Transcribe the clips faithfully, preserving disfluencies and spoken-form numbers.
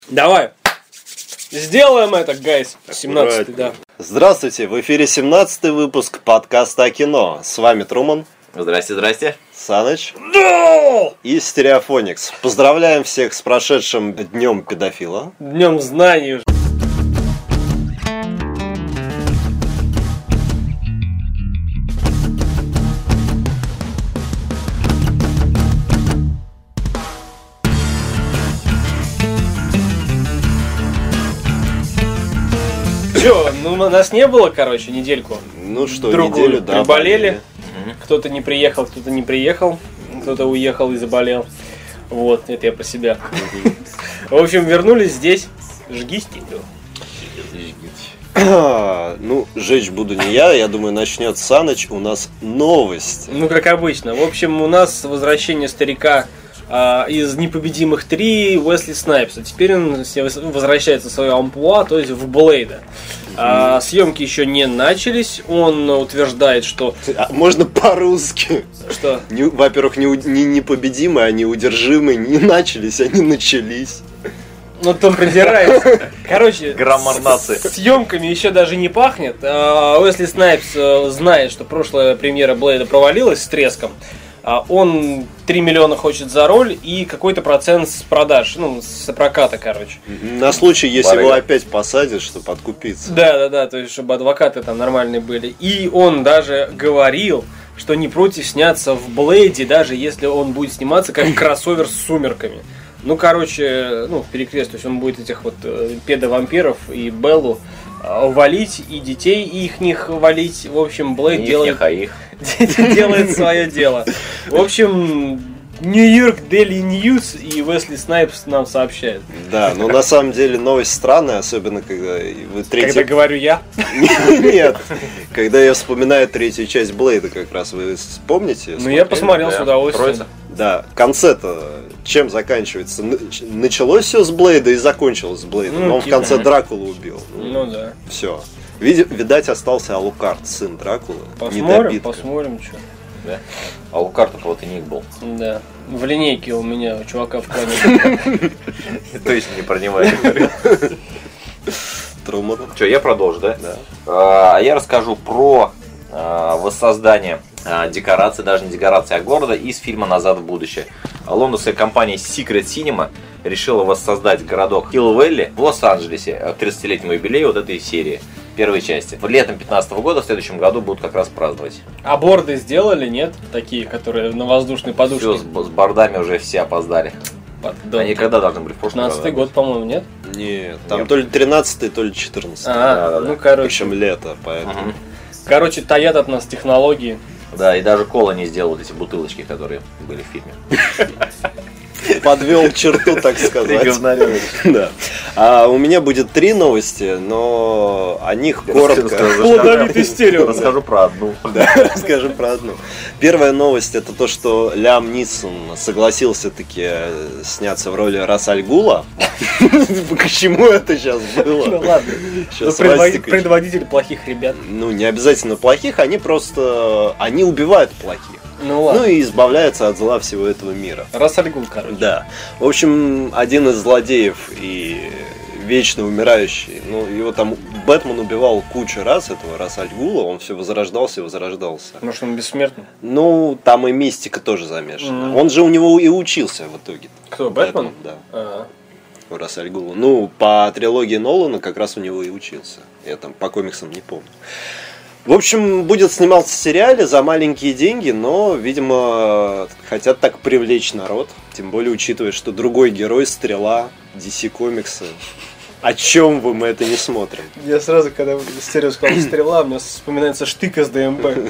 Давай. Сделаем это, гайс. семнадцатый, да. Здравствуйте, в эфире семнадцатый выпуск подкаста о кино. С вами Труман. Здрасте, здрасте. Саныч. Да! И Стереофоникс. Поздравляем всех с прошедшим днем педофила. Днем знаний. Че, ну нас не было, короче, недельку. Ну что, Другую. неделю, да. Приболели. Кто-то не приехал, кто-то не приехал. Кто-то уехал и заболел. Вот, это я про себя. В общем, вернулись здесь. Жги стекло. Ну, жечь буду не я, я думаю, начнет Саныч. У нас новость. Ну, как обычно. В общем, у нас возвращение старика а, из «Непобедимых три» Уэсли Снайпса. Теперь он возвращается в свое амплуа, то есть в Блейда. А, съемки еще не начались. Он утверждает, что... А можно по-русски? Что? Не, во-первых, не, не непобедимые, а неудержимые не начались, они начались. Ну, там придирается. Короче, Граммар нации. с съемками еще даже не пахнет. А, Уэсли Снайпс знает, что прошлая премьера Блейда провалилась с треском. А, он три миллиона хочет за роль и какой-то процент с продаж, ну, с проката, короче. На случай, если Барыга. его опять посадят, чтобы откупиться. Да, да, да, то есть, чтобы адвокаты там нормальные были. И он даже говорил, что не против сняться в Блейде, даже если он будет сниматься как кроссовер с сумерками. Ну, короче, ну, перекрест, то есть он будет этих вот э, педовампиров и Беллу э, валить, и детей их них валить. В общем, Блейд делает, а их. делает свое дело. В общем, Нью-Йорк Daily News и Уэсли Снайпс нам сообщает. Да, но на самом деле новость странная, особенно когда вы третью... Когда говорю я. Нет, когда я вспоминаю третью часть Блейда как раз, вы вспомните? Ну, я посмотрел с Да. удовольствием. Троица. Да, в конце-то чем заканчивается? Н- Началось все с Блейда и закончилось с Блейда. Ну, Но он в типа. конце Дракулу убил. Ну да. Все. Видать, остался Алукард, сын Дракулы. Посмотрим, недобитка. посмотрим, что. Да. А у карты кого-то ник был. Да. В линейке у меня у чувака в клане. Точно не про него я говорил. Труман. Че, я продолжу, да? Да. А я расскажу про а, воссоздание а, декораций, даже не декораций, а города из фильма «Назад в будущее». Лондонская компания Secret Cinema решила воссоздать городок Хилл-Вэлли в Лос-Анджелесе к тридцатилетнему юбилею вот этой серии, первой части. В летом пятнадцатого года, в следующем году будут как раз праздновать. А борды сделали, нет? Такие, которые на воздушной подушке. Все, с, с бордами уже все опоздали. Поддон. Они когда должны были? В прошлом году? пятнадцатый год, по-моему, нет? Нет, там Нет. то ли тринадцатый, то ли четырнадцатый. А, да, да, ну да. короче. Причем лето, поэтому. Мгм. Короче, таят от нас технологии. Да, и даже Кола не сделал вот эти бутылочки, которые были в фильме. Подвел черту, так сказать. Да. А у меня будет три новости, но о них коротко. Плодовитый стерео. Расскажу про одну. Да, расскажем про одну. Первая новость — это то, что Лиам Нисон согласился таки сняться в роли Рас Аль Гула. К чему это сейчас Ну было? ладно. Ну, Сейчас предводитель, Вастик еще- предводитель плохих ребят. Ну, не обязательно плохих, они просто... Они убивают плохих. Ну Ну ладно. и избавляются от зла всего этого мира. Рассальгул, короче. Да. В общем, один из злодеев и вечно умирающий, ну, его там Бэтмен убивал кучу раз, этого Рас Аль Гула, он все возрождался и возрождался. Может, он бессмертный? Ну, там и мистика тоже замешана. Мгм. Он же у него и учился в итоге. Кто, Бэтмен? Да, А, у Рас Аль Гула. Ну, по трилогии Нолана как раз у него и учился. Я там по комиксам не помню. В общем, будет сниматься в сериале за маленькие деньги, но, видимо, хотят так привлечь народ. Тем более, учитывая, что другой герой — Стрела, ди си комиксы. О чем вы, мы это не смотрим? Я сразу, когда стерео сказал стрела, у меня вспоминается штык из ДМБ. А,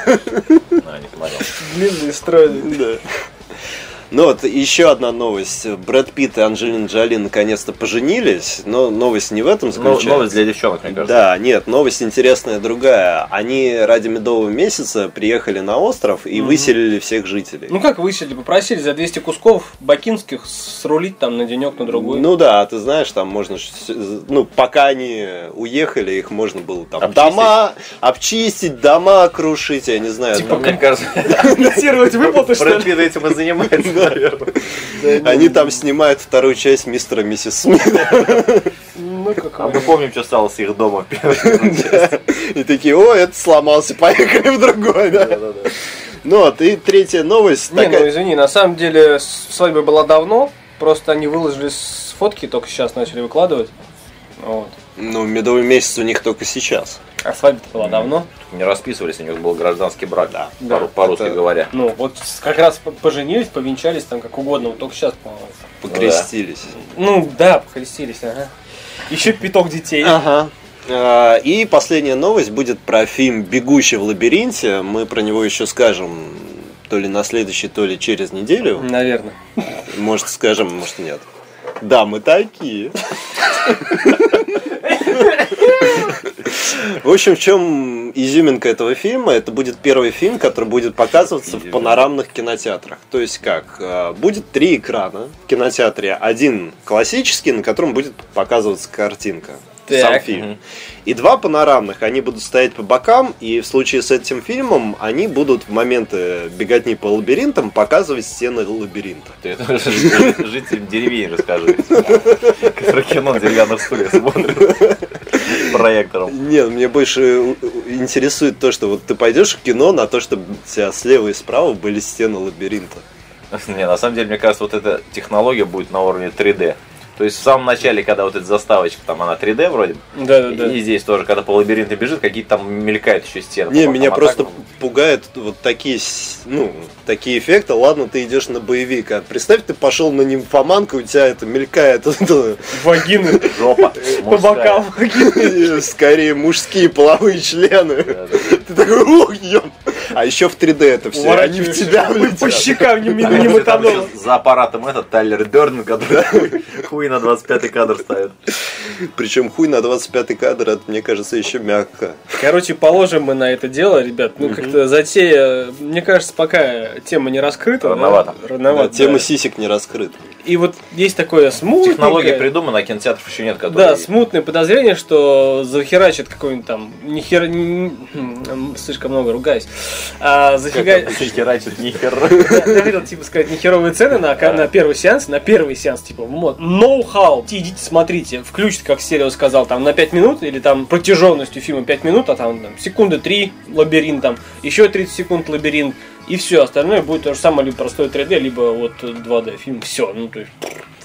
не смотрел. Длинный, стройный. Да. Ну вот, еще одна новость. Брэд Питт и Анджелина Джоли наконец-то поженились, но новость не в этом Ну, заключается. новость для девчонок, мне кажется. Да, нет, новость интересная другая. Они ради медового месяца приехали на остров и Мгм. выселили всех жителей. Ну как выселили? Попросили за двести кусков бакинских срулить там на денек, на другой. Ну да, а ты знаешь, там можно, ш- ну, пока они уехали, их можно было там Обчистить. дома обчистить, дома крушить, я не знаю. Типа, ну, Мне кажется, Компенсировать выплаты, что Брэд ли? Питт этим и занимается. Они там снимают вторую часть мистера и миссис Смит. А мы помним, что стало с их домом в первой части. И такие, о, это сломался, поехали в другой, да? Ну вот, и третья новость. Не, ну извини, на самом деле свадьба была давно, просто они выложили с фотки, только сейчас начали выкладывать. Вот. Ну, медовый месяц у них только сейчас. А свадьба была давно. Не расписывались, у них был гражданский брак, да, да. По- по-русски это... говоря. Ну, вот как раз поженились, повенчались там как угодно, вот только сейчас, по-моему. Покрестились. Ну да, покрестились, ага. Еще пяток детей. Ага. И последняя новость будет про фильм «Бегущий в лабиринте». Мы про него еще скажем то ли на следующей, то ли через неделю. Наверное. Может скажем, может нет. Да, мы такие. В общем, в чем изюминка этого фильма? Это будет первый фильм, который будет показываться в панорамных кинотеатрах. То есть как? Будет три экрана в кинотеатре. Один классический, на котором будет показываться картинка. Так. Сам фильм. И два панорамных, они будут стоять по бокам, и в случае с этим фильмом они будут в моменты беготни по лабиринтам показывать стены лабиринта. Ты это жителям деревень расскажи. Которые кино на деревянных стульях смотрят проектором. Нет, мне больше интересует то, что вот ты пойдешь в кино на то, чтобы у тебя слева и справа были стены лабиринта. Не, на самом деле, мне кажется, вот эта технология будет на уровне три дэ. То есть в самом начале, когда вот эта заставочка, там она три дэ вроде, да, да, да. И здесь тоже, когда по лабиринту бежит, какие-то там мелькают еще стены. Не, потом, меня там, просто а так... пугают вот такие, ну, такие эффекты. Ладно, ты идешь на боевик, а представь, ты пошел на нимфоманку, у тебя это мелькает. Вагины. Жопа. По бокам. Скорее мужские половые члены. Ты такой, ух, ем. А еще в три дэ это все, они в тебя влетят. По щекам не мотануло. За аппаратом этот Тайлер Дерден, который хуй на двадцать пятый кадр ставит. Причем хуй на двадцать пятый кадр, это, мне кажется, еще мягко. Короче, положим мы на это дело, ребят. Ну, как-то затея, мне кажется, пока тема не раскрыта. Рановато. Да? Рановато. Да, тема да. сисек не раскрыта. И вот есть такое смутное... Технология придумана, а кинотеатров еще нет. Которые... Да, смутное подозрение, что захерачит какой-нибудь там... Не хер... не... Слишком много ругаюсь. А зафига... Захерачит нихер. Я хотел, типа, сказать, нехеровые цены на, на первый сеанс. На первый сеанс, типа, вот, ноу-хау. Идите, смотрите. Включите, как Серега сказал, там, на пять минут, или там протяженностью фильма пять минут, а там, там секунды три лабиринт, там, еще тридцать секунд лабиринт. И все, остальное будет то же самое, либо простой три дэ, либо вот два дэ фильм. Все, ну то есть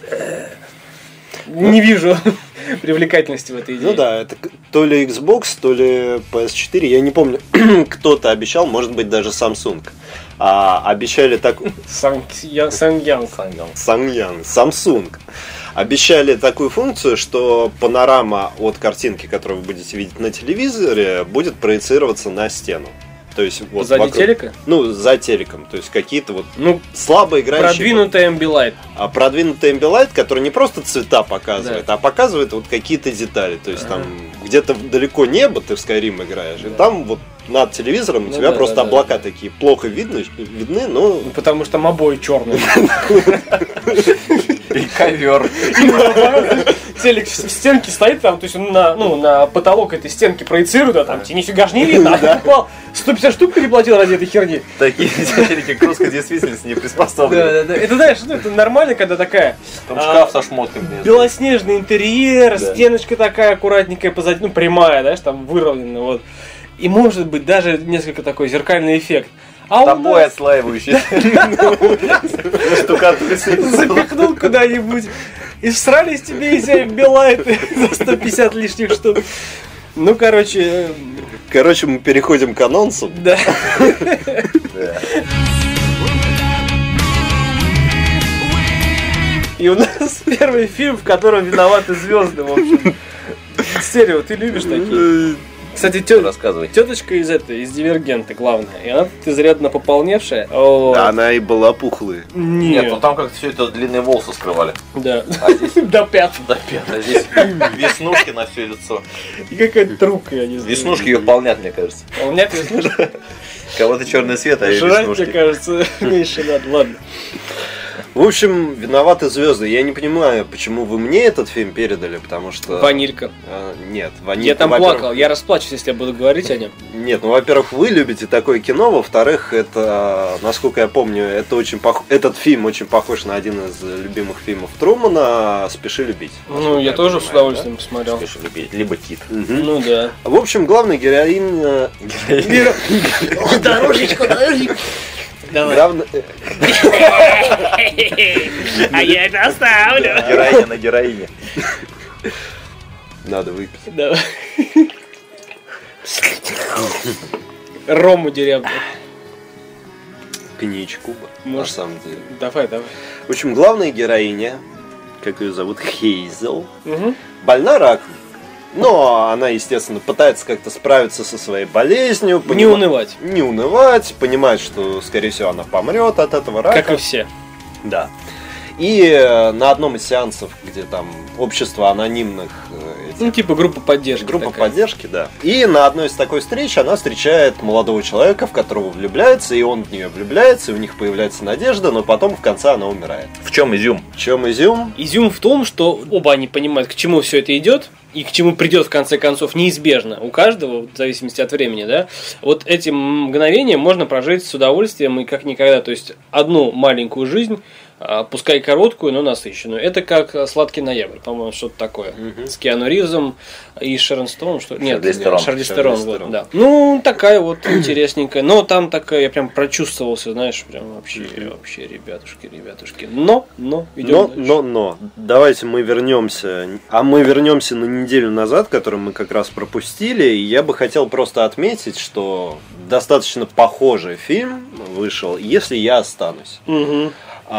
не вижу привлекательности в этой идее. Ну да, это то ли Xbox, то ли пи эс четыре, я не помню, кто-то обещал, может быть даже Samsung. А обещали так... Samyang. Samyang. Samsung. Обещали такую функцию, что панорама от картинки, которую вы будете видеть на телевизоре, будет проецироваться на стену. То есть вот сзади вокруг, телека? Ну, за телеком. То есть какие-то вот ну, слабо играющие... Продвинутый Ambilight. А продвинутый Ambilight, который не просто цвета показывает, да. а показывает вот какие-то детали. То есть ага. там где-то далеко небо, ты в Skyrim играешь, да. и там вот над телевизором у ну, тебя да, просто да, облака да. такие плохо видны, видны, но... Потому что там обои черные. И ковер. Телек в стенке стоит там, то есть он на, ну, на потолок этой стенки проецирует, а там тебе нифига ж не видно, а ты покупал сто пятьдесят штук переплатил ради этой херни. Такие телеки к русской действительности не приспособлены. Да, да, да. Это знаешь, ну это нормально, когда такая... Там шкаф со шмотками. Белоснежный интерьер, стеночка такая аккуратненькая позади, ну прямая, знаешь, там выровненная, вот. И может быть даже несколько такой зеркальный эффект. А тобой нас... отслаивающий. Запихнул куда-нибудь. И всрались тебе из Ambilight за сто пятьдесят лишних штук. Ну, короче... Короче, мы переходим к анонсу. Да. И у нас первый фильм, в котором виноваты звезды, в общем. Стерео, ты любишь такие? Кстати, тё... теточка из этой, из Дивергента главная, и она тут изрядно пополневшая. О... Да, она и была пухлая. Нет. Нет, ну там как-то все это длинные волосы скрывали. Да. А здесь... До пят. До пят. А здесь веснушки на все лицо. И какая-то трубка, я не знаю. Веснушки ее полнят, мне кажется. Полнят веснушки? Кого-то черный цвет, а ее Жрать, веснушки. мне кажется, меньше надо. Ладно. В общем, виноваты звезды. Я не понимаю, почему вы мне этот фильм передали, потому что... Ванилька. А, нет, ванилька. Я там плакал, я расплачусь, если я буду говорить о нем. Нет, ну, во-первых, вы любите такое кино, во-вторых, это, насколько я помню, это очень пох... этот фильм очень похож на один из любимых фильмов Трумана «Спеши любить». Ну, я, я тоже понимаю, с удовольствием да? посмотрел. «Спеши любить», либо «Тит». Угу. Ну, да. В общем, главная героиня... Дорожечку, дорожечку. Давай. Главное... А я это оставлю. Героиня на героине. Надо выпить. Давай. Рому деревню. Коньячку, на самом деле. Давай, давай. В общем, главная героиня, как ее зовут, Хейзел, угу. больна раком. Но она, естественно, пытается как-то справиться со своей болезнью. Поним... Не унывать. Не унывать, понимать, что, скорее всего, она помрет от этого рака. Как и все. Да. И на одном из сеансов, где там общество анонимных... Этих... Ну, типа группа поддержки. Группа такая. поддержки, да. И на одной из такой встреч она встречает молодого человека, в которого влюбляется, и он в нее влюбляется, и у них появляется надежда, но потом в конце она умирает. В чем изюм? В чем изюм? Изюм в том, что оба они понимают, к чему все это идет, и к чему придет в конце концов неизбежно. У каждого, в зависимости от времени, да. Вот эти мгновения можно прожить с удовольствием и как никогда. То есть одну маленькую жизнь, пускай короткую, но насыщенную. Это как «Сладкий ноябрь», по-моему, что-то такое. Mm-hmm. С Киану Ривзом и Шерон Стоун. Что... Нет, Шарлиз Терон. Вот, да. Ну, такая вот интересненькая. Но там такая, я прям прочувствовался, знаешь, прям вообще, mm-hmm. вообще, ребятушки, ребятушки. Но, но, идем но, дальше. но, но. Давайте мы вернемся. А мы вернемся на неделю назад, которую мы как раз пропустили. И я бы хотел просто отметить, что достаточно похожий фильм вышел «Если я останусь». Mm-hmm.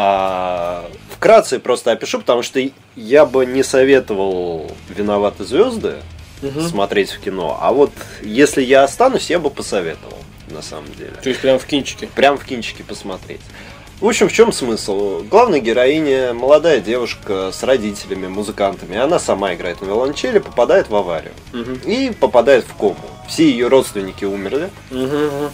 А, вкратце просто опишу, потому что я бы не советовал «Виноваты звезды» угу. смотреть в кино, а вот «Если я останусь», я бы посоветовал, на самом деле. То есть прям в кинчике? Прям в кинчике посмотреть. В общем, в чем смысл? Главная героиня, молодая девушка с родителями, музыкантами, она сама играет на виолончели, попадает в аварию угу. и попадает в кому. Все ее родственники умерли, угу.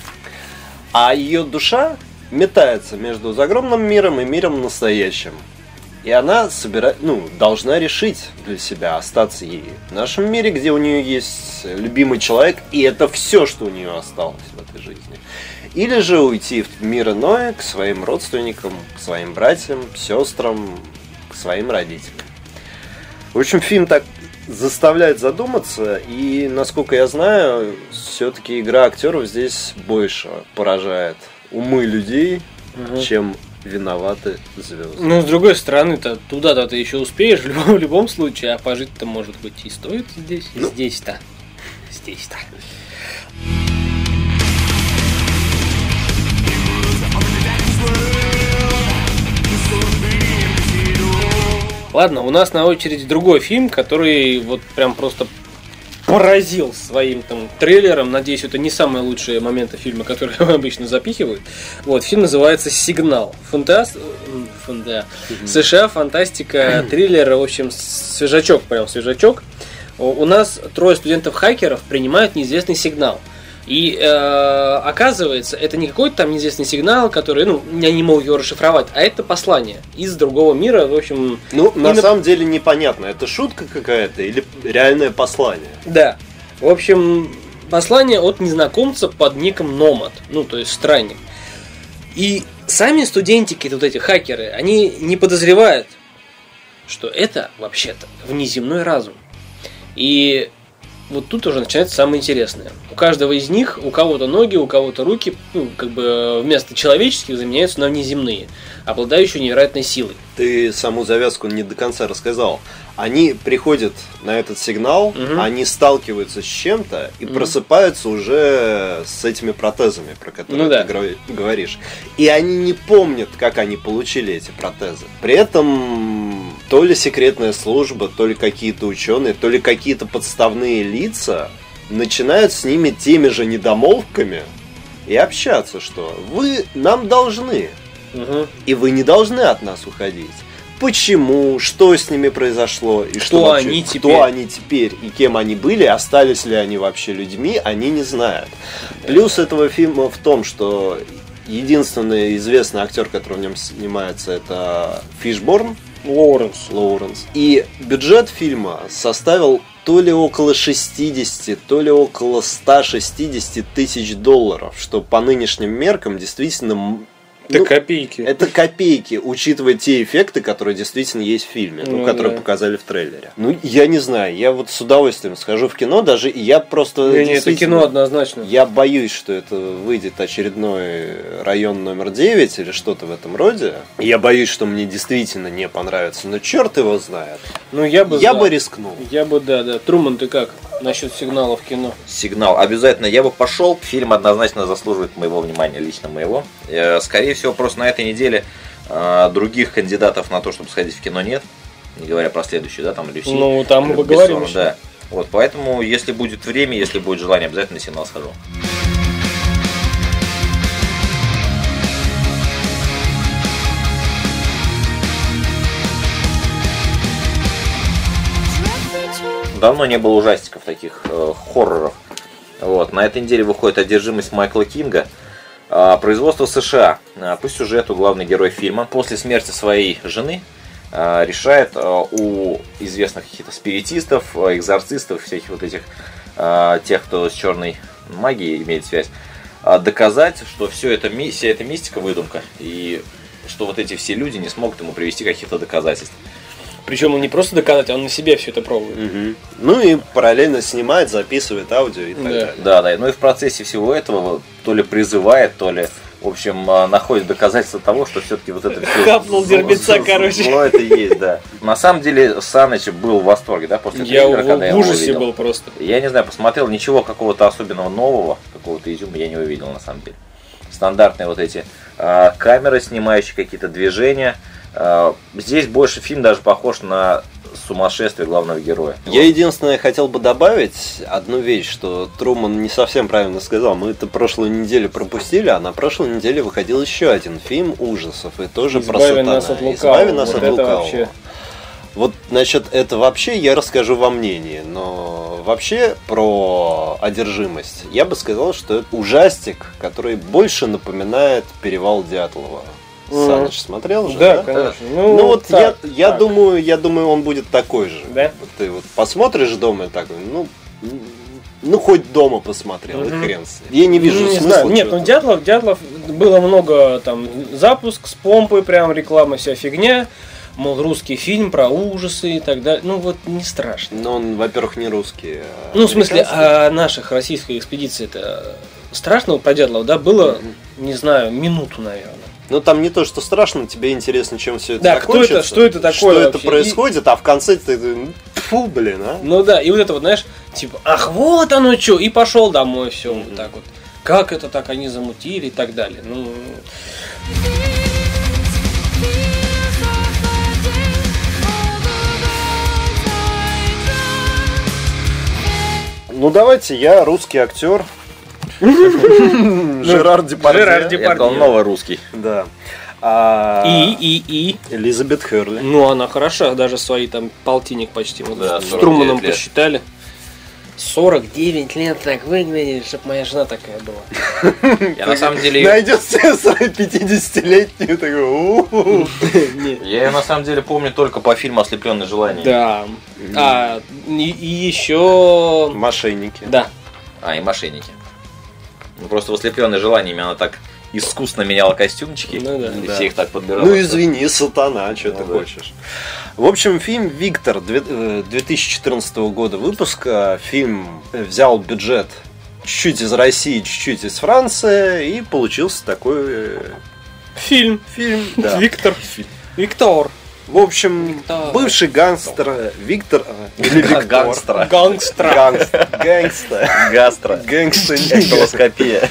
а ее душа метается между загробным миром и миром настоящим. И она собира... ну, должна решить для себя, остаться ей в нашем мире, где у нее есть любимый человек, и это все, что у нее осталось в этой жизни. Или же уйти в мир иной, к своим родственникам, к своим братьям, сестрам, к своим родителям. В общем, фильм так заставляет задуматься, и, насколько я знаю, все-таки игра актеров здесь больше поражает умы людей, угу. чем виноваты звезды. Ну, с другой стороны-то, туда-то ты еще успеешь в любом, в любом случае, а пожить-то, может быть, и стоит здесь. Ну. Здесь-то. Здесь-то. Ладно, у нас на очереди другой фильм, который вот прям просто поразил своим там трейлером. Надеюсь, это не самые лучшие моменты фильма, которые обычно запихивают. Вот, фильм называется «Сигнал». Фантаст... Фанда... США, фантастика, триллер, в общем, свежачок, прям свежачок. У нас трое студентов-хакеров принимают неизвестный сигнал. И э, оказывается, это не какой-то там неизвестный сигнал, который, ну, я не могу его расшифровать, а это послание из другого мира, в общем. Ну, на на... самом деле непонятно, это шутка какая-то или реальное послание. Да. В общем, послание от незнакомца под ником Номад, ну, то есть странник. И сами студентики, вот эти хакеры, они не подозревают, что это вообще-то внеземной разум. И вот тут уже начинается самое интересное. У каждого из них, у кого-то ноги, у кого-то руки, ну, как бы вместо человеческих заменяются на внеземные, обладающие невероятной силой. Ты саму завязку не до конца рассказал. Они приходят на этот сигнал, угу. они сталкиваются с чем-то и угу. просыпаются уже с этими протезами, про которые ну, да. ты говоришь. И они не помнят, как они получили эти протезы. При этом то ли секретная служба, то ли какие-то ученые, то ли какие-то подставные лица начинают с ними теми же недомолвками и общаться, что вы нам должны, угу. и вы не должны от нас уходить. Почему, что с ними произошло, и кто, что вообще, они, кто теперь? они теперь, и кем они были, остались ли они вообще людьми, они не знают. Плюс этого фильма в том, что единственный известный актер, который в нем снимается, это Фишборн. Лоуренс. Лоуренс. И бюджет фильма составил то ли около шестьдесят, то ли около сто шестьдесят тысяч долларов, что по нынешним меркам действительно... Это ну, копейки. Это копейки, учитывая те эффекты, которые действительно есть в фильме, ну, ну, которые да. показали в трейлере. Ну, я не знаю, я вот с удовольствием схожу в кино, даже и я просто... Не, не, это кино однозначно. Я боюсь, что это выйдет очередной район номер девять или что-то в этом роде. Я боюсь, что мне действительно не понравится, но черт его знает. Ну, я бы... Я да. бы рискнул. Я бы, да, да. Труман, ты как насчет сигнала в кино? Сигнал. Обязательно я бы пошел. Фильм однозначно заслуживает моего внимания, лично моего. Скорее всего, просто на этой неделе э, других кандидатов на то, чтобы сходить в кино, нет. Не говоря про следующий, да, там Люси. Ну, там мы поговорим еще. Да. Вот, поэтому, если будет время, если будет желание, обязательно на сигнал схожу. Давно не было ужастиков таких, э, хорроров. Вот. На этой неделе выходит «Одержимость» Майкла Кинга. Э, производство США. Э, по сюжету главный герой фильма после смерти своей жены э, решает э, у известных каких-то спиритистов, э, экзорцистов, всяких вот этих, э, тех, кто с черной магией имеет связь, э, доказать, что все это, вся эта мистика выдумка. И что вот эти все люди не смогут ему привести каких-то доказательств. Причем он не просто доказать, а он на себе все это пробует. Угу. Ну и параллельно снимает, записывает аудио и так да. далее. Да, да. Ну и в процессе всего этого то ли призывает, то ли, в общем, находит доказательства того, что все-таки вот это все... Хапнул дербеца, короче. Ну это и есть, да. На самом деле Саныч был в восторге, да, после трейлера, когда я его увидел. Я в ужасе был просто. Я не знаю, посмотрел, ничего какого-то особенного нового, какого-то изюма я не увидел на самом деле. Стандартные вот эти э, камеры, снимающие какие-то движения. Здесь больше фильм даже похож на сумасшествие главного героя. Я единственное хотел бы добавить одну вещь, что Труман не совсем правильно сказал. Мы это прошлую неделю пропустили, а на прошлой неделе выходил еще один фильм ужасов, и тоже «Избави про сатана. нас от лукавого». «Избави нас вот от это лукавого». Вообще... Вот насчет это вообще я расскажу во мнении, но вообще про одержимость я бы сказал, что это ужастик, который больше напоминает «Перевал Дятлова». Саныч смотрел же? Да, да? конечно. Ну, ну вот так, я, я так. думаю, я думаю, он будет такой же. Да? Ты вот посмотришь дома и такой, ну, ну хоть дома посмотрел, mm-hmm. и хрен с ним. Я не вижу ну, не смысла. Знаю. Нет, ну Дятлов, Дятлов было много там запуск с помпой, прям реклама, вся фигня. Мол, русский фильм про ужасы и так далее. Ну вот не страшно. Но он, во-первых, не русский. А ну, в смысле, а наших российской экспедиции это страшного про Дятлова, да, было, mm-hmm. не знаю, минуту, наверное. Ну там не то, что страшно, тебе интересно, чем все это да, закончится. Кто это, что это такое? Что вообще? это происходит, и... а в конце ты, фу, блин, а? Ну да, и вот это вот, знаешь, типа, ах, вот оно что, и пошел домой, все, mm-hmm. вот так вот. Как это так они замутили и так далее. Ну. Ну давайте, я русский актер. Жерар Депардье. Я был новый русский. Да. И, и, и. Элизабет Херли. Ну, она хороша, даже свои там полтинник почти. Вот да, с Труманом посчитали. сорок девять лет так выглядит, чтобы моя жена такая была. Я на самом деле... Найдет себе свою пятидесятилетнюю такую. Я ее на самом деле помню только по фильму «Ослепленное желание». Да. А, и еще... Мошенники. Да. А, и мошенники. Ну, просто в «Ослепленное желание» она так искусно меняла костюмчики. Ну, да. И да. все их так подбирала. Ну извини, сатана, что ну, ты да. хочешь. В общем, фильм «Виктор» две тысячи четырнадцатого года выпуска. Фильм взял бюджет чуть-чуть из России, чуть-чуть из Франции, и получился такой фильм. Фильм, да. Виктор. Виктор. В общем, Виктор. бывший гангстер Виктор или Виктор. Гангстера. Гангстра. Гангстер. Гангстер. Гастро. Гангстер. Колоскопия.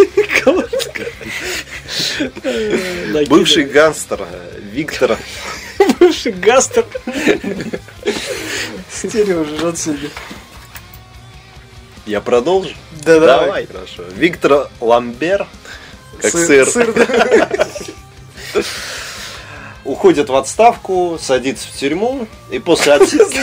Бывший гангстер Виктор. Бывший гастер. Стерео жрет себе. Я продолжу? Да, давай. Хорошо. Виктор Ламбер, как сыр. сыр да. Уходит в отставку, садится в тюрьму, и после отставки...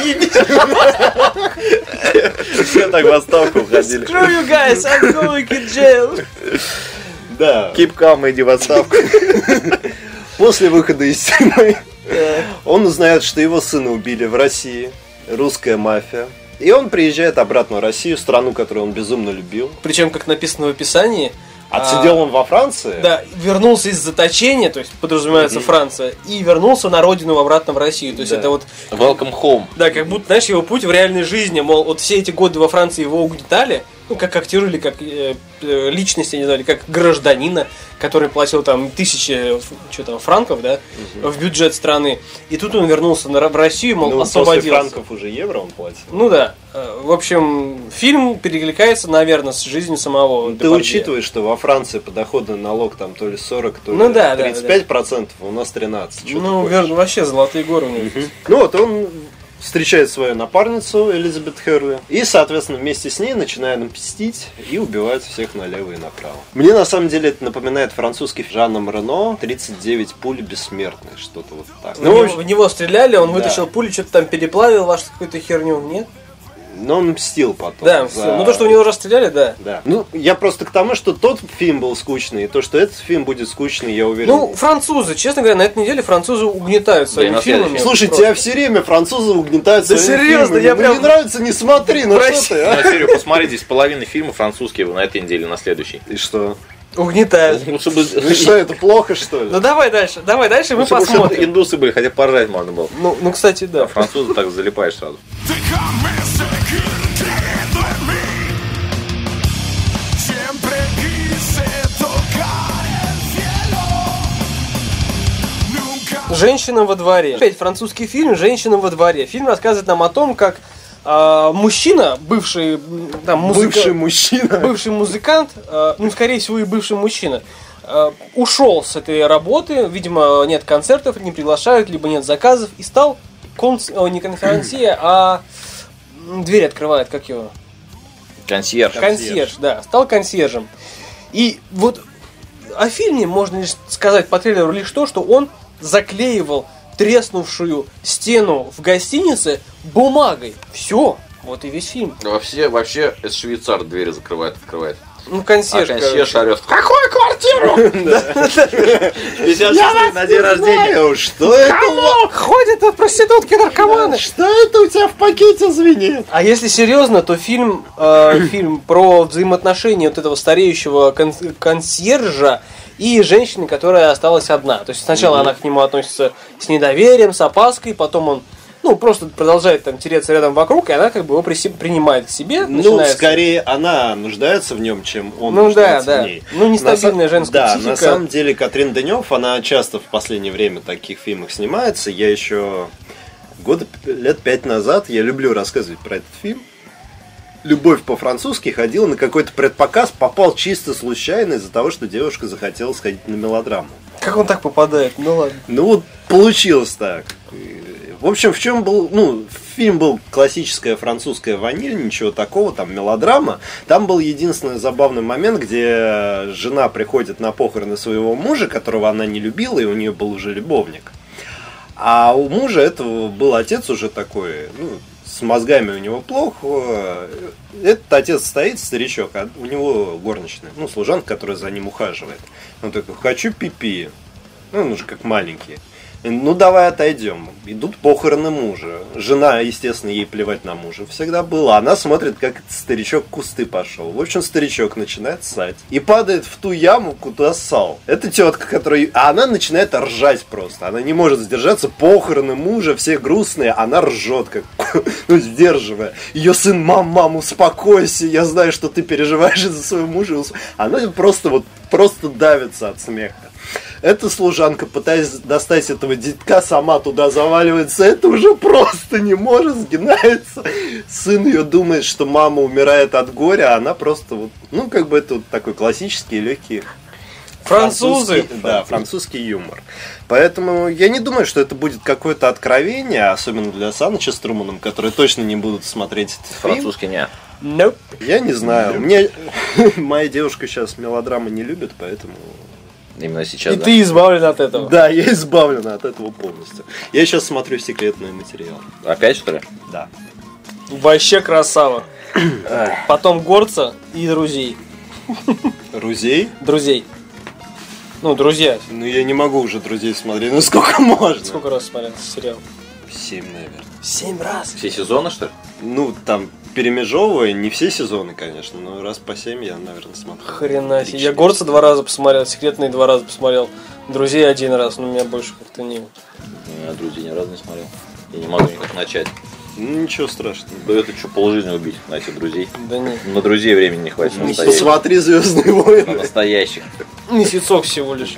Все так в отставку уходили. Screw you guys, I'm going to jail. Да. Keep calm, иди в отставку. После выхода из тюрьмы он узнает, что его сына убили в России, русская мафия. И он приезжает обратно в Россию, страну, которую он безумно любил. Причем, как написано в описании, Отсидел он во Франции? Да, вернулся из заточения, то есть подразумевается mm-hmm. Франция, и вернулся на родину обратно в Россию. То есть да. это вот... Welcome home. Да, как будто, знаешь, его путь в реальной жизни, мол, вот все эти годы во Франции его угнетали, ну, как актера или как э, личность, я не знаю, или как гражданина, который платил там тысячи, что там, франков, да, угу. в бюджет страны. И тут он вернулся на, в Россию, мол, ну, освободился. После франков уже евро он платил. Ну да. В общем, фильм перекликается, наверное, с жизнью самого ну, ты учитываешь, что во Франции подоходный налог там то ли сорок, то ли ну, да, тридцать пять процентов, да, да. У нас тринадцать. Ну, верно, вообще золотые горы у них. Угу. Ну вот он встречает свою напарницу Элизабет Херли и, соответственно, вместе с ней начинает мстить и убивает всех налево и направо. Мне на самом деле это напоминает французский Жаном Рено тридцать девять пуль бессмертные, что-то вот так. Ну, в, него, в него стреляли, он да. вытащил пулю, что-то там переплавил, ваш какую-то херню, нет? Но он мстил потом. Да, за... ну то, что у него расстреляли, да. да. Ну, я просто к тому, что тот фильм был скучный, и то, что этот фильм будет скучный, я уверен. Ну, французы, честно говоря, на этой неделе французы угнетают своими да, фильмами. Слушай, просто. тебя все время французы угнетают да своими серьезно, фильмами. я Ну, прям... не нравится, не смотри, ну что ты, а? Ну, серию, посмотри, здесь половина фильма французские на этой неделе, на следующей. И что? Угнетают. Ну, чтобы... ну что, это плохо, что ли? Ну давай дальше, давай дальше, мы ну, посмотрим. Чтобы индусы были, хотя поржать можно было. Ну, ну кстати, да. А французы так залипаешь сразу. «Женщина во дворе». Опять французский фильм «Женщина во дворе». Фильм рассказывает нам о том, как э, мужчина, бывший, там, музыка... бывший мужчина, бывший музыкант, э, ну, скорее всего, и бывший мужчина, э, ушел с этой работы, видимо, нет концертов, не приглашают, либо нет заказов, и стал конс... О, не конферансье, а дверь открывает, как его? Консьерж. Консьерж, да, стал консьержем. И вот о фильме можно лишь сказать по трейлеру лишь то, что он заклеивал треснувшую стену в гостинице бумагой. Все, вот и весь фильм. Вообще, вообще, это швейцар двери закрывает, открывает. Ну, консьерж. А консьерж орет: в какую квартиру? Я на день рождения. Что это? Ходят проститутки, наркоманы. Что это у тебя в пакете звенит? А если серьезно, то фильм фильм про взаимоотношения вот этого стареющего консьержа и женщины, которая осталась одна. То есть сначала mm-hmm. она к нему относится с недоверием, с опаской, потом он ну, просто продолжает там тереться рядом вокруг, и она как бы его при... принимает к себе. Ну, начинается... скорее она нуждается в нем, чем он ну, нуждается да, в да. ней. Ну, нестабильная на женская да, психика. На самом деле Катрин Денев, она часто в последнее время в таких фильмах снимается. Я еще года лет пять назад, я люблю рассказывать про этот фильм. «Любовь по-французски», ходил на какой-то предпоказ, попал чисто случайно из-за того, что девушка захотела сходить на мелодраму. Как он так попадает? Ну ладно. Ну вот получилось так. В общем, в чем был, ну, фильм был классическая французская ваниль, ничего такого, там мелодрама. Там был единственный забавный момент, где жена приходит на похороны своего мужа, которого она не любила, и у нее был уже любовник. А у мужа этого был отец уже такой, ну, с мозгами у него плохо. Этот отец стоит, старичок, а у него горничная, ну, служанка, которая за ним ухаживает. Он такой: хочу пипи. Ну, он уже как маленький. Ну, давай отойдем. Идут похороны мужа. Жена, естественно, ей плевать на мужа всегда было. Она смотрит, как этот старичок в кусты пошел. В общем, старичок начинает ссать. И падает в ту яму, куда ссал. Это тетка, которая... А она начинает ржать просто. Она не может сдержаться. Похороны мужа, все грустные. Она ржет, как... ну, сдерживая. Ее сын: мам, мам, успокойся. Я знаю, что ты переживаешь из-за своего мужа. Она просто вот просто давится от смеха. Эта служанка, пытаясь достать этого детка, сама туда заваливается. Это уже просто не может, сгинается. Сын ее думает, что мама умирает от горя, а она просто вот, ну, как бы это вот такой классический легкий французы. Французский, да, французский юмор. Поэтому я не думаю, что это будет какое-то откровение, особенно для Саныча с Труманом, которые точно не будут смотреть этот фильм. Французский не. Nope. Я не знаю. Мне моя девушка сейчас мелодрамы не любит, поэтому... Именно сейчас, И да? ты избавлен от этого. Да, я избавлен от этого полностью. Я сейчас смотрю секретный материал. Опять, что ли? Да. Вообще красава. Потом горца и друзей. Друзей? Друзей. Ну, «Друзья». Ну, я не могу уже «Друзей» смотреть, ну сколько можно? Сколько раз смотрел сериал? Семь, наверное. Семь раз? Все сезоны, что ли? Ну, там, перемежевывая, не все сезоны, конечно, но раз по семь я, наверное, смотрел. Хрена себе. Я «Горца» два раза посмотрел, «Секретные» два раза посмотрел, «Друзей» один раз, но меня больше как-то не... Я «Друзей» ни разу не смотрел. Я не могу никак начать. Ну, ничего страшного. Да это что, полжизни убить на этих друзей? Да нет. На друзей времени не хватит. Не настоящих. Посмотри «Звездные На войны». настоящих. Месяцок всего лишь.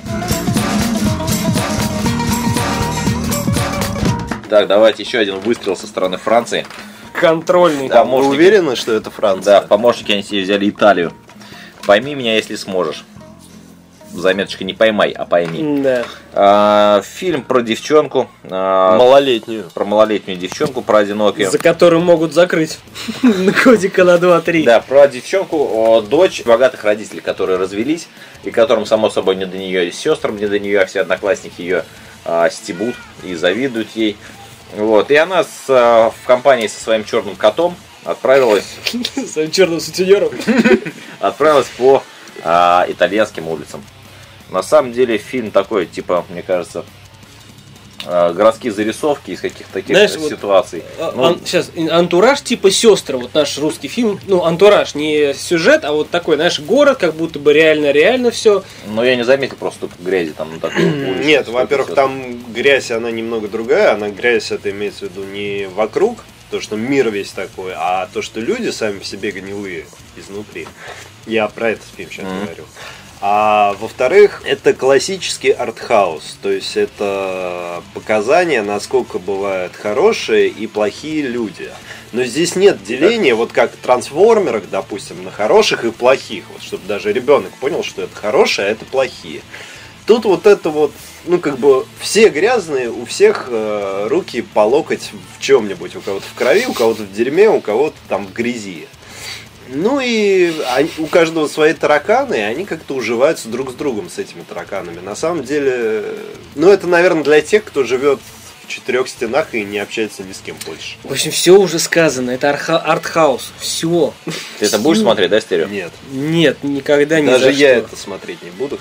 Так, давайте еще один выстрел со стороны Франции. Контрольный. Да, Вы помощники. уверены, что это Франция? Да, в помощники они себе взяли Италию. Пойми меня, если сможешь. Заметочка не поймай, а пойми. Да. А, фильм про девчонку. а, Малолетнюю. Про малолетнюю девчонку, про одинокую. За которым могут закрыть на годика на два-три. Да, про девчонку, о, дочь богатых родителей, которые развелись, и которым, само собой, не до нее, и сестрам не до нее, а все одноклассники ее а, стебут и завидуют ей. Вот. И она с, а, в компании со своим черным котом отправилась, Своим черным сутенером. отправилась по а, итальянским улицам. На самом деле фильм такой, типа, мне кажется, а, городские зарисовки из каких-то таких Знаешь, вот, ситуаций. А, Ну, ан- сейчас, антураж типа «Сестры», вот наш русский фильм, ну, антураж, не сюжет, а вот такой, знаешь, город, как будто бы реально-реально все. но я не заметил просто только грязи там на такой улице. Нет, Сколько во-первых, всё. там грязь, она немного другая. Она грязь, это имеется в виду не вокруг, то, что мир весь такой, а то, что люди сами в себе гнилые изнутри. Я про этот фильм сейчас Мгм. говорю. А во-вторых, это классический артхаус, то есть это показания, насколько бывают хорошие и плохие люди. Но здесь нет деления, вот как в трансформерах, допустим, на хороших и плохих, вот, чтобы даже ребенок понял, что это хорошие, а это плохие. Тут вот это вот, ну как бы все грязные, у всех э, руки по локоть в чем-нибудь, у кого-то в крови, у кого-то в дерьме, у кого-то там в грязи. Ну и они- у каждого свои тараканы, и они как-то уживаются друг с другом с этими тараканами. На самом деле, ну это, наверное, для тех, кто живет в четырех стенах и не общается ни с кем больше. В общем, все уже сказано, это арха- артхаус, все. Ты это будешь смотреть, да, стерео? Нет, Нет, никогда не даже я это смотреть не буду.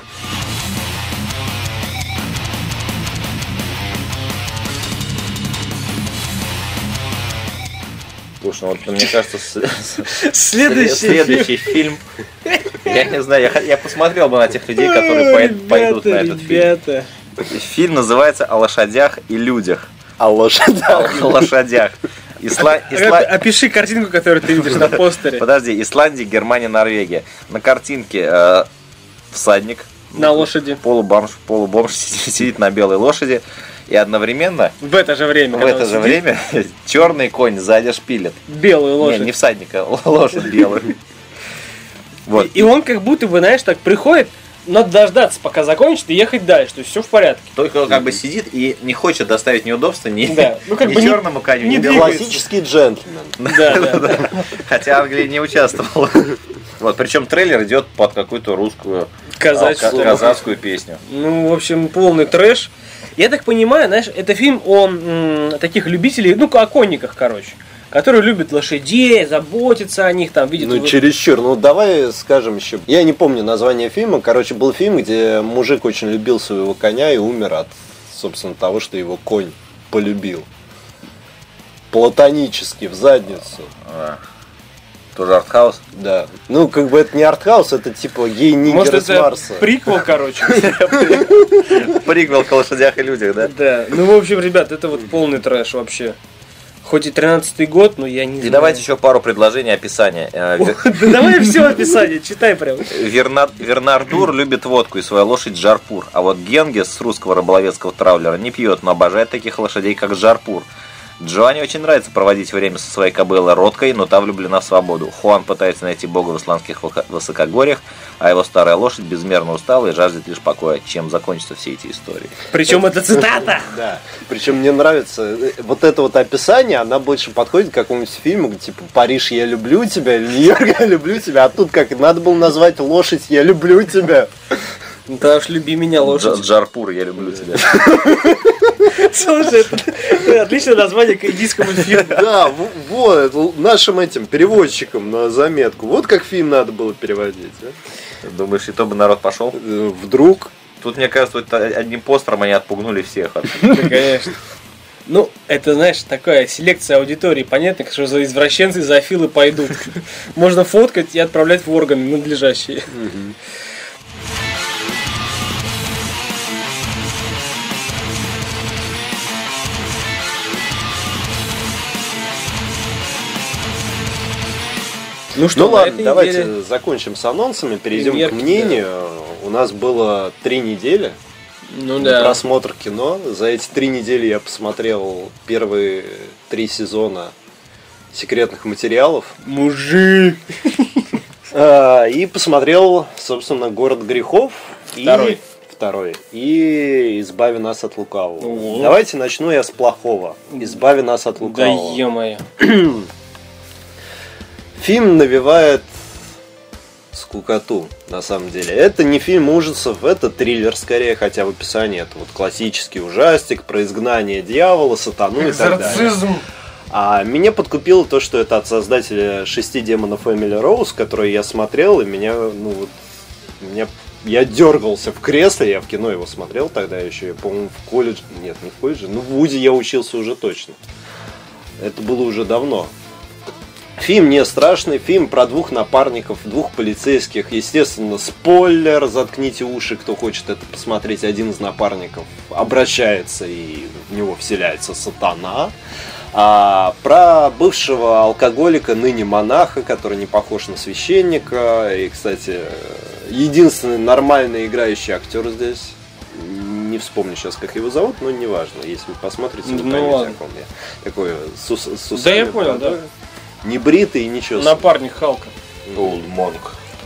Слушай, ну вот мне кажется, с- с- Следующий, следующий фильм. Я не знаю, я, х- я посмотрел бы на тех людей, которые Ой, пой- пойдут на этот фильм. ребята. Фильм называется «О лошадях и людях». А лошадях? О лошадях. Исла... Исла... Оп- Опиши картинку, которую ты видишь на постере. Подожди, Исландия, Германия, Норвегия. На картинке э, всадник, На лошади. полубомж, полубомж сидит на белой лошади. И одновременно В это же время. в когда это он же сидит, время черный конь сзади шпилит. белую лошадь. Не, не всадника, лошадь белую. Вот. И он как будто бы, знаешь, так приходит, надо дождаться, пока закончит, и ехать дальше. То есть все в порядке. Только он как бы сидит и не хочет доставить неудобства ни, Да, ну как ни бы не- черному коню, не ни белому. двигается. Классический джентльмен. Да, да. Хотя Англия не участвовала. Вот, причем трейлер идет под какую-то русскую Казачью. а, ка- казахскую песню. Ну, в общем, полный трэш. Я так понимаю, знаешь, это фильм о м, таких любителей, ну, о конниках, короче, которые любят лошадей, заботятся о них, там, видят... Ну, вот- чересчур. Ну, давай скажем еще. Я не помню название фильма. Короче, был фильм, где мужик очень любил своего коня и умер от, собственно, того, что его конь полюбил. Платонически, в задницу. А, тоже артхаус. Да. Ну, как бы это не артхаус, это типа гей-нигер Может, из это Марса. приквел, короче. Приквел к лошадях и людях, да? Да. Ну, в общем, ребят, это вот полный трэш вообще. Хоть и тринадцатый год, но я не И знаю. давайте еще пару предложений описания. Э, Вер- Да давай все описание, читай прям. Верна- Вернардур любит водку и свою лошадь Джарпур, а вот Генгес с русского рыболовецкого траулера не пьет, но обожает таких лошадей, как Джарпур. Джоанне очень нравится проводить время со своей кобылой Роткой, но та влюблена в свободу. Хуан пытается найти бога в исландских высоко- высокогорьях, а его старая лошадь безмерно устала и жаждет лишь покоя. Чем закончатся все эти истории? Причем это цитата. Да. Причем мне нравится э, вот это вот описание, она больше подходит к какому-нибудь фильму, где, типа «Париж, я люблю тебя», или «Нью-Йорк, я люблю тебя», а тут как надо было назвать «Лошадь, я люблю тебя». Ну тогда уж люби меня, Дж- лошадь. Джарпур, я люблю тебя. Слушай, это, это отличное название к индийскому фильму. Да, в- вот, это нашим этим переводчикам на заметку. Вот как фильм надо было переводить. а. Думаешь, и то бы народ пошел? Э, Вдруг Тут, мне кажется, вот одним постером они отпугнули всех. Да, конечно. Ну, это, знаешь, такая селекция аудитории. Понятно, что за извращенцы, зоофилы пойдут. Можно фоткать и отправлять в органы надлежащие. Ну что, ну ладно, давайте неделе... закончим с анонсами, перейдем Премьер, к мнению. Да. У нас было три недели ну, на да. просмотр кино. За эти три недели я посмотрел первые три сезона секретных материалов. Мужик! И посмотрел, собственно, «Город грехов». Второй. Второй. И «Избави нас от лукавого». О. Давайте начну я с плохого. «Избави нас от лукавого». Да е-мое. Фильм навевает скукоту, на самом деле. Это не фильм ужасов, это триллер скорее, хотя в описании это вот классический ужастик про изгнание дьявола, сатану и так далее. Экзорцизм. А меня подкупило то, что это от создателя «Шести демонов» Эмили Роуз, который я смотрел, и меня, ну вот, меня, я дергался в кресле, я в кино его смотрел тогда еще, я, по-моему, в колледже, нет, не в колледже, ну в вузе я учился уже точно. Это было уже давно. Фильм не страшный, фильм про двух напарников, двух полицейских. Естественно, спойлер, заткните уши, кто хочет это посмотреть. Один из напарников обращается, и в него вселяется сатана. А, про бывшего алкоголика, ныне монаха, который не похож на священника. И, кстати, единственный нормальный играющий актер здесь. Не вспомню сейчас, как его зовут, но неважно. Если вы посмотрите, вы поймете, о ком я. Такой с, с усами. Да я понял, да. Не бритый и ничего. Напарник Халка. Old Monk.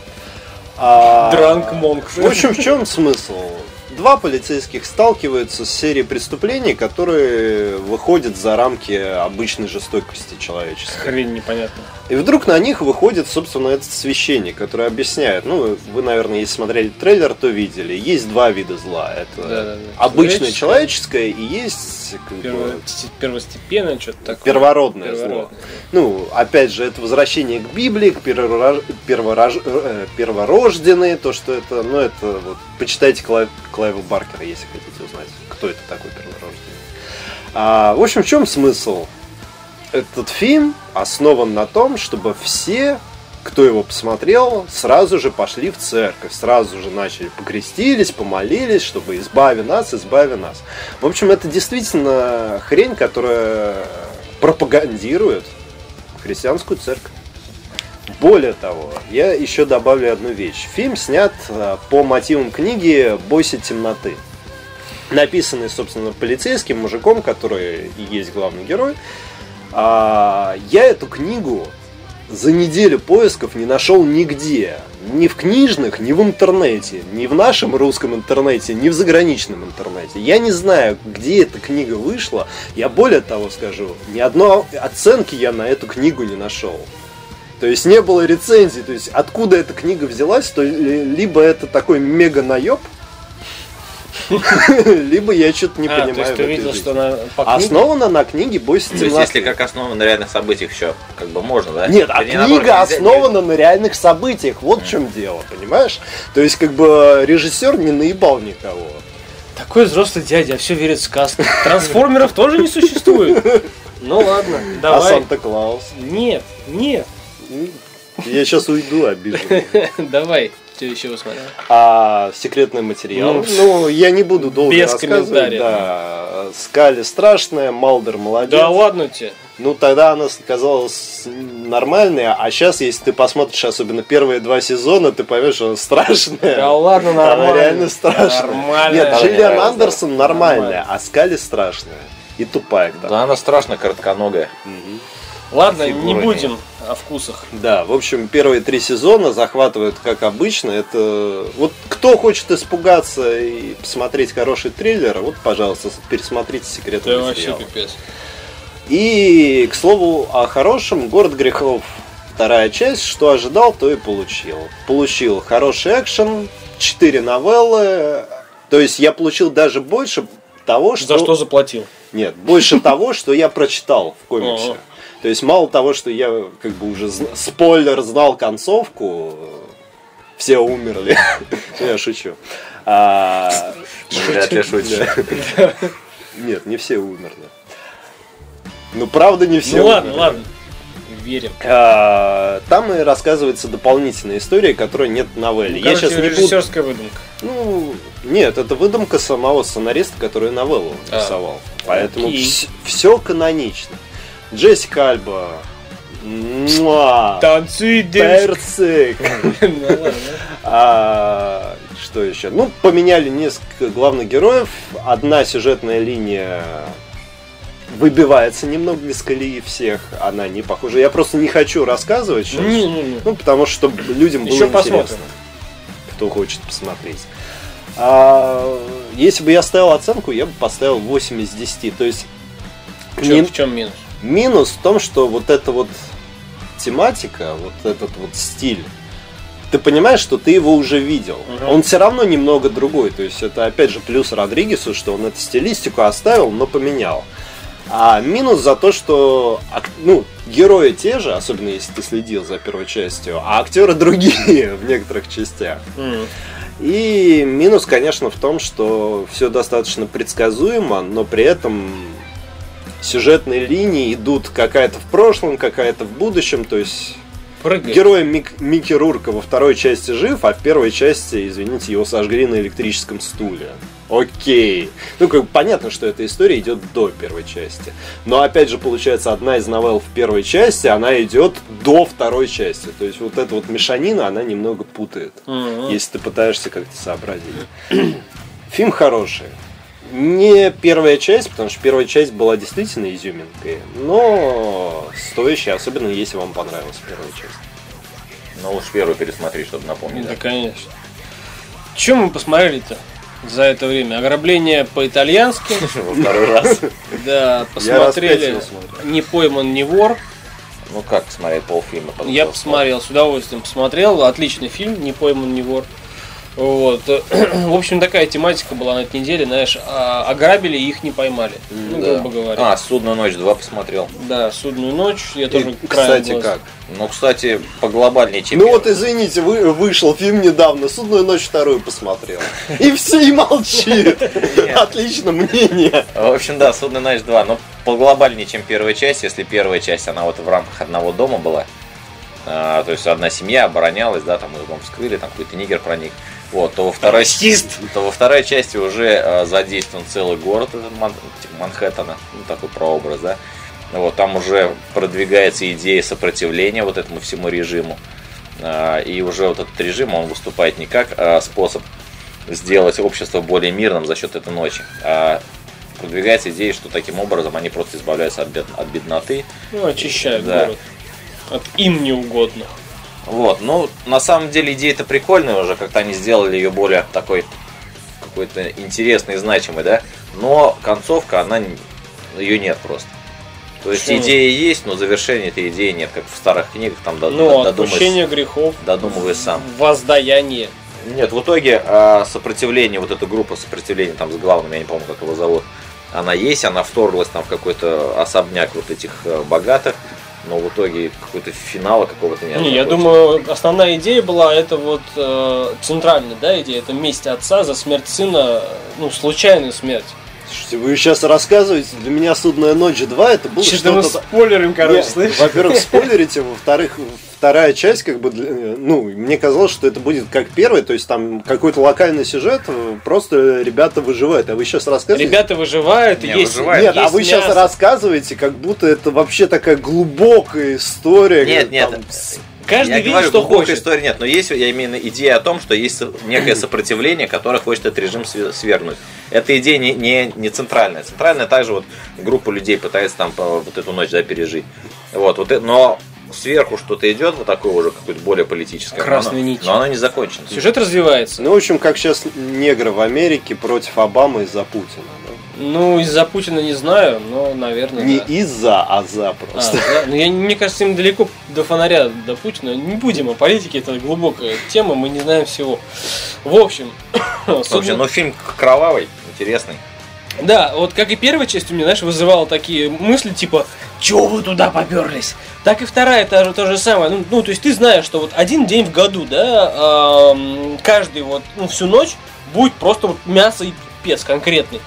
А... Дранк Монк. В общем, в чем смысл? Два полицейских сталкиваются с серией преступлений, которые выходят за рамки обычной жестокости человеческой. Хрень непонятно. И вдруг на них выходит, собственно, этот священник, который объясняет. Ну, вы, наверное, если смотрели трейлер, то видели. Есть два вида зла. Это да, да, да. обычное человеческое и есть Перво... первостепенное что-то такое. Первородное, Первородное зло. Ну, опять же, это возвращение к Библии, к перворож... перворож... перворожденные, то, что это, ну, это вот, почитайте Клайв... Клайва Баркера, если хотите узнать, кто это такой перворожденный. А, в общем, в чем смысл? Этот фильм основан на том, чтобы все, кто его посмотрел, сразу же пошли в церковь, сразу же начали покрестились, помолились, чтобы избави нас, избави нас. В общем, это действительно хрень, которая пропагандирует христианскую церковь. Более того, я еще добавлю одну вещь. Фильм снят по мотивам книги «Бойся темноты». Написанный, собственно, полицейским мужиком, который и есть главный герой. А, я эту книгу за неделю поисков не нашел нигде. Ни в книжных, ни в интернете. Ни в нашем русском интернете, ни в заграничном интернете. Я не знаю, где эта книга вышла. Я более того скажу, ни одной оценки я на эту книгу не нашел. То есть не было рецензий. То есть откуда эта книга взялась, то либо это такой мега наеб, либо я что-то не а, понимаю. То есть ты видел, что она по книге... Основана на книге «Бойся темноты». То есть, если как основана на реальных событиях, еще как бы можно, да? Нет, а книга наоборот, основана на реальных событиях. Вот в чем дело, понимаешь? То есть, как бы режиссер не наебал никого. Такой взрослый дядя, все верит в сказку. Трансформеров тоже не существует. Ну ладно, давай. А Санта-Клаус? Нет, нет. Я сейчас уйду, обижу. Давай. Что еще вы смотрели? А секретный материал. Ну, ну я не буду долго без рассказывать. Да. Скали страшная, Малдер молодец. Да ладно тебе. Ну тогда она казалась нормальной, а сейчас, если ты посмотришь особенно первые два сезона, ты поймешь, что она страшная. Да ладно, нормально. Она реально страшная. Нормальная. Нет, Джиллиан Андерсон нормальная, нормально. А Скали страшная. И тупая. Да, она страшно коротконогая. Угу. Ладно, Фигура не будем нет. о вкусах. Да, в общем, первые три сезона захватывают, как обычно. Это вот кто хочет испугаться и посмотреть хороший триллер, вот, пожалуйста, пересмотрите секретный да материал. Вообще пипец. И, к слову, о хорошем, «Город грехов», вторая часть, что ожидал, то и получил. Получил хороший экшен, четыре новеллы. То есть я получил даже больше того, что... За что заплатил? Нет, больше того, что я прочитал в комиксе. То есть мало того, что я как бы уже зна... спойлер знал концовку, все умерли, я шучу. А, Вряд ли шутишь. Нет, не все умерли. Ну, правда, не все Ну ладно, умерли. ладно. Верим. А, Там и рассказывается дополнительная история, которой нет в новелле. Ну, короче, Я сейчас не буду... режиссерская выдумка. Ну, нет, это выдумка самого сценариста, который новеллу А, рисовал. Поэтому окей. все канонично. Джессика Альба. Муа, Танцуй, девушка. персик. Ну ладно. А, что еще? Ну, поменяли несколько главных героев. Одна сюжетная линия выбивается немного из колеи всех. Она не похожа. Я просто не хочу рассказывать сейчас. Не-не-не. Ну, потому что чтобы людям было Еще интересно. посмотрим. Кто хочет посмотреть. А, если бы я ставил оценку, я бы поставил восемь из десяти. То есть В чем, не- в чем минус? минус в том, что вот эта вот тематика, вот этот вот стиль, ты понимаешь, что ты его уже видел. Угу. Он все равно немного другой. То есть это опять же плюс Родригесу, что он эту стилистику оставил, но поменял. А минус за то, что ак- ну, герои те же, особенно если ты следил за первой частью, а актеры другие в некоторых частях. М. И минус, конечно, в том, что все достаточно предсказуемо, но при этом сюжетные линии идут какая-то в прошлом, какая-то в будущем. То есть Прыгай. герой Мик- Микки Рурка во второй части жив, а в первой части, извините, его сожгли на электрическом стуле. Окей. Ну, как бы понятно, что эта история идет до первой части. Но, опять же, получается, одна из новелл в первой части, она идет до второй части. То есть, вот эта вот мешанина, она немного путает. Мгм. Если ты пытаешься как-то сообразить. Фильм хороший. Не первая часть, потому что первая часть была действительно изюминкой, но стоящая, особенно если вам понравилась первая часть. Ну уж первую пересмотри, чтобы напомнить. Да, конечно. Чем мы посмотрели-то за это время? Ограбление по-итальянски. Во второй раз. Да, Я посмотрели раз пять его смотрел. «Не пойман, не вор». Ну как посмотреть полфильма? потом Я просто- посмотрел, с удовольствием посмотрел. Отличный фильм, «Не пойман, не вор». Вот. В общем, такая тематика была на этой неделе, знаешь, а- ограбили и их не поймали. Ну, Да. грубо говоря. А, «Судную ночь два» посмотрел. Да, «Судную ночь». Я И, тоже краем кстати, глаза. как? Ну, кстати, по глобальней теме. Ну вот, извините, вы, вышел фильм недавно, «Судную ночь» вторую посмотрел. И все, и молчи. Отлично, мнение. В общем, да, «Судная ночь два», но по глобальнее, чем первая часть. Если первая часть, она вот в рамках одного дома была. А, то есть одна семья оборонялась, да, там их дом вскрыли, там какой-то нигер проник. Вот, то во второй, то во второй части уже а, задействован целый город этот Ман- типа Манхэттена, ну такой прообраз, да. Вот, там уже продвигается идея сопротивления вот этому всему режиму. А, и уже вот этот режим, он выступает не как а, способ сделать общество более мирным за счет этой ночи, а продвигается идея, что таким образом они просто избавляются от, бед- от бедноты. Ну, очищают Да. город от им неугодных. Вот, ну, на самом деле идея-то прикольная уже, как-то они сделали ее более такой, какой-то интересной, значимой, да, но концовка, она, н- ее нет просто. То есть Почему? идея есть, но завершения этой идеи нет, как в старых книгах, там до- Ну, до- отпущение додумывай, грехов, додумывай сам. воздаяние. Нет, в итоге а, сопротивление, вот эта группа сопротивления там с главным, я не помню, как его зовут, она есть, она вторглась там в какой-то особняк вот этих э, богатых, но в итоге какой-то финала какого-то нет. Не, я думаю, основная идея была, это вот э, центральная, да, идея, это месть отца за смерть сына, ну, случайную смерть. Слушайте, вы сейчас рассказываете, для меня «Судная ночь два» это было Что-то мы что-то... спойлерим, короче, Нет, слышишь? во-первых, спойлерите, во-вторых, вторая часть, как бы, для- ну, мне казалось, что это будет как первая, то есть там какой-то локальный сюжет, просто ребята выживают, а вы сейчас рассказываете... Ребята выживают, Не, есть, выживают. Нет, а есть вы сейчас мясо. рассказываете, как будто это вообще такая глубокая история. Нет, как нет, там, Каждый я видит, говорю, что глубокой хочет. истории нет, но есть, я имею в виду, идея о том, что есть некое сопротивление, которое хочет этот режим све- свергнуть. Эта идея не, не, не центральная. Центральная также вот группа людей пытается там по- вот эту ночь, да, пережить. Вот, вот, это- но сверху что-то идет, вот такое уже какое-то более политическое. Красной но оно, нитью. но оно не закончено. Сюжет развивается. Ну, в общем, как сейчас негры в Америке против Обамы из-за Путина. Да? Ну, из-за Путина не знаю, но, наверное, Не да. из-за, а за А, просто. да. Ну, я, мне кажется, им далеко до фонаря, до Путина. Не будем о политике, это глубокая тема, мы не знаем всего. В общем, В общем, ну фильм кровавый, интересный. да, вот как и первая часть у меня, знаешь, вызывала такие мысли, типа, чего вы туда поперлись? Так и вторая, это же то же самое. Ну, ну, то есть ты знаешь, что вот один день в году, да, эм, каждый вот, ну, всю ночь будет просто вот мясо и пипец конкретный.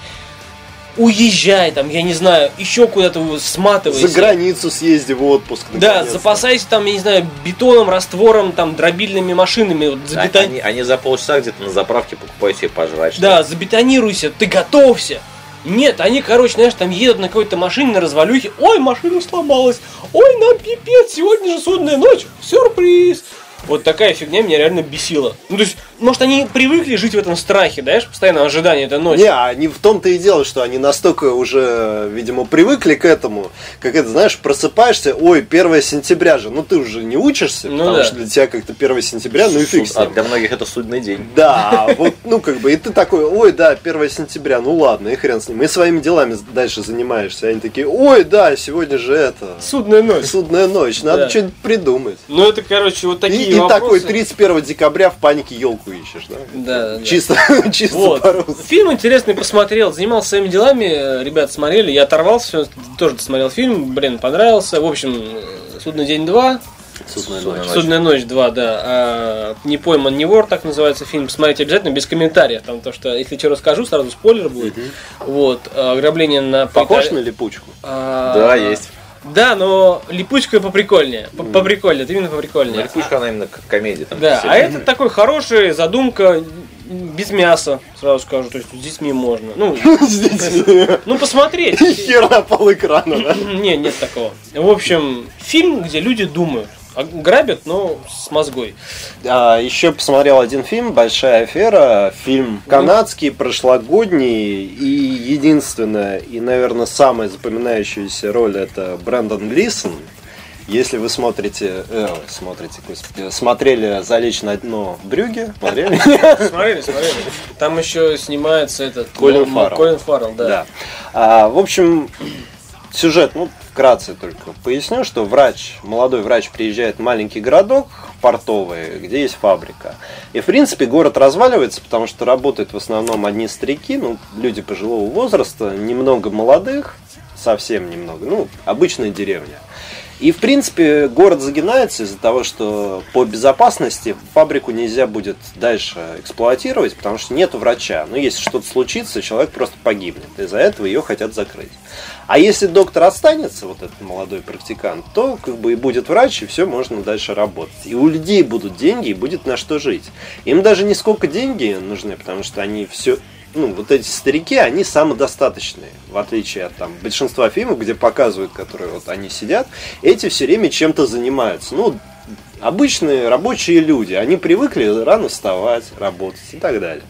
Уезжай там, я не знаю, еще куда-то сматывайся. За границу съезди в отпуск. Да, запасайся там, я не знаю, бетоном, раствором, там, дробильными машинами. Вот, забетон... они, они за полчаса где-то на заправке покупают себе пожрать. Да, забетонируйся, ты готовься. Нет, они, короче, знаешь, там едут на какой-то машине на развалюхе. Ой, машина сломалась. Ой, нам пипец, сегодня же судная ночь. Сюрприз. Вот такая фигня меня реально бесила. Ну, то есть, может, они привыкли жить в этом страхе, да, постоянно ожидание этой ночи. Не, они в том-то и дело, что они настолько уже, видимо, привыкли к этому, как это, знаешь, просыпаешься, ой, первое сентября же, ну ты уже не учишься, ну, потому да. что для тебя как-то первое сентября, ну и фиг с ним. А для многих это судный день. Да, вот, ну как бы, и ты такой, ой, да, первое сентября, ну ладно, и хрен с ним, и своими делами дальше занимаешься, они такие, ой, да, сегодня же это... Судная ночь. Судная ночь, надо да. что-нибудь придумать. Ну это, короче, вот такие и, вопросы. И такой тридцать первого декабря в панике елку ищешь, да? Да, да. Чисто, чисто вот. по-русски. Фильм интересный, посмотрел, занимался своими делами, ребята смотрели, я оторвался, тоже смотрел фильм, блин, понравился. В общем, «Судный день два». Судная ночь. «Судная ночь два», да. А, «Не пойман, не вор», так называется фильм. Посмотрите обязательно, без комментариев, там, то что, если что расскажу, сразу спойлер будет. Угу. Вот, ограбление на... Похож на липучку? А, да, есть. Да, но липучка поприкольнее. Поприкольнее, это именно поприкольнее. Липучка, она именно как комедия. Там да, а это такой хороший, задумка, без мяса, сразу скажу, то есть с детьми можно. Ну, с детьми. Ну, посмотреть. Хер на пол экрана, да? Не, нет такого. В общем, фильм, где люди думают. Грабят, но с мозгой. А, еще посмотрел один фильм «Большая афера». Фильм канадский, прошлогодний. И единственная, и, наверное, самая запоминающаяся роль — это Брэндон Глисон. Если вы смотрите, э, смотрите, господи, смотрели «Залечь на дно Брюгге», смотрели? Смотрели, смотрели. Там еще снимается этот Колин Фаррелл. Колин Фаррелл, да. да. А, в общем, сюжет, ну, вкратце только поясню, что врач, молодой врач приезжает в маленький городок портовый, где есть фабрика. И, в принципе, город разваливается, потому что работают в основном одни старики, ну, люди пожилого возраста, немного молодых, совсем немного, ну, обычная деревня. И, в принципе, город загинается из-за того, что по безопасности фабрику нельзя будет дальше эксплуатировать, потому что нету врача. Но если что-то случится, человек просто погибнет. Из-за этого ее хотят закрыть. А если доктор останется, вот этот молодой практикант, то как бы и будет врач, и все, можно дальше работать. И у людей будут деньги, и будет на что жить. Им даже не сколько деньги нужны, потому что они все... Ну, вот эти старики, они самодостаточные, в отличие от там, большинства фильмов, где показывают, которые вот они сидят, эти все время чем-то занимаются. Ну, обычные рабочие люди, они привыкли рано вставать, работать и так далее.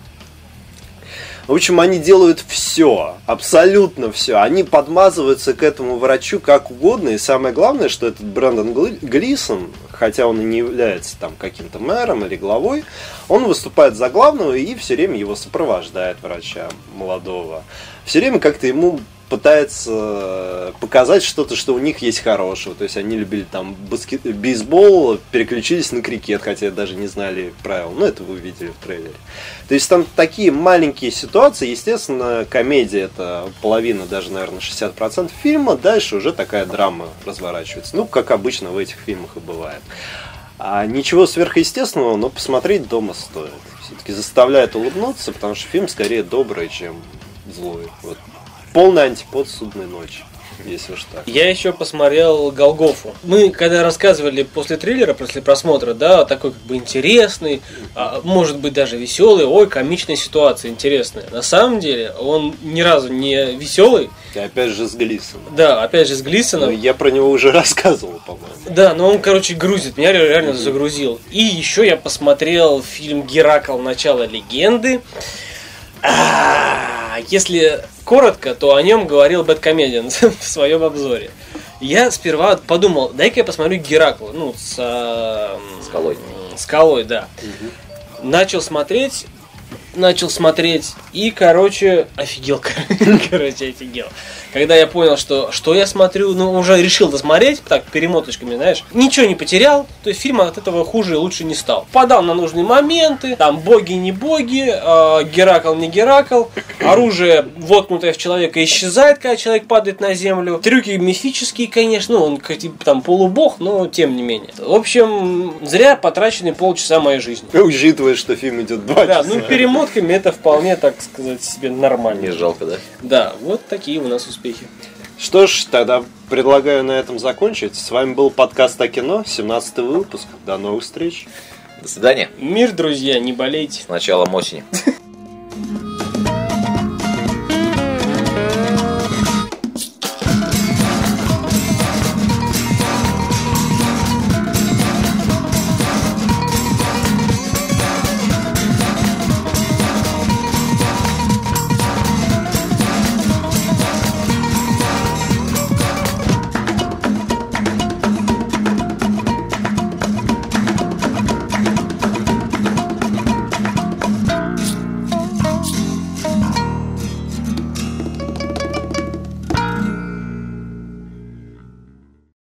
В общем, они делают все, абсолютно все. Они подмазываются к этому врачу как угодно. И самое главное, что этот Брэндон Глисон, хотя он и не является там каким-то мэром или главой, он выступает за главного и все время его сопровождает, врача молодого. Все время как-то ему пытается показать что-то, что у них есть хорошего. То есть они любили там баскет... бейсбол, переключились на крикет, хотя даже не знали правил. Ну, это вы увидели в трейлере. То есть там такие маленькие ситуации. Естественно, комедия — это половина, даже, наверное, шестьдесят процентов фильма. Дальше уже такая драма разворачивается. Ну, как обычно в этих фильмах и бывает. А ничего сверхъестественного, но посмотреть дома стоит. Все-таки заставляет улыбнуться, потому что фильм скорее добрый, чем злой. Вот. Полный антипод «Судной ночи», если уж так. Я еще посмотрел «Голгофу». Мы, когда рассказывали после трейлера, после просмотра, да, такой как бы интересный, а, может быть даже веселый, ой, комичная ситуация, интересная. На самом деле, он ни разу не веселый. И опять же с Глисоном. Да, опять же с Глисоном. Но я про него уже рассказывал, по-моему. Да, но он, короче, грузит, меня реально mm-hmm. загрузил. И еще я посмотрел фильм «Геракл. Начало легенды». А, если коротко, то о нем говорил Бэдкомедиан в своем обзоре. Я сперва подумал, дай-ка я посмотрю «Геракла», ну, с... Э, Скалой. Скалой, да. Угу. Начал смотреть, начал смотреть, и, короче, офигел, короче, офигел. Когда я понял, что, что я смотрю, ну, уже решил досмотреть, так, перемоточками, знаешь, ничего не потерял, то есть фильм от этого хуже и лучше не стал. Подал на нужные моменты, там, боги не боги, э, Геракл не Геракл, оружие, воткнутое в человека, исчезает, когда человек падает на землю, трюки мифические, конечно, ну, он типа там полубог, но тем не менее. В общем, зря потрачены полчаса моей жизни. Учитывая, что фильм идет два Да, часа. ну перемотками это вполне, так сказать, себе нормально. Не жалко, да? Да, вот такие у нас успехи. Что ж, тогда предлагаю на этом закончить. С вами был подкаст о кино, семнадцатый выпуск. До новых встреч. До свидания. Мир, друзья, не болейте. С началом осени.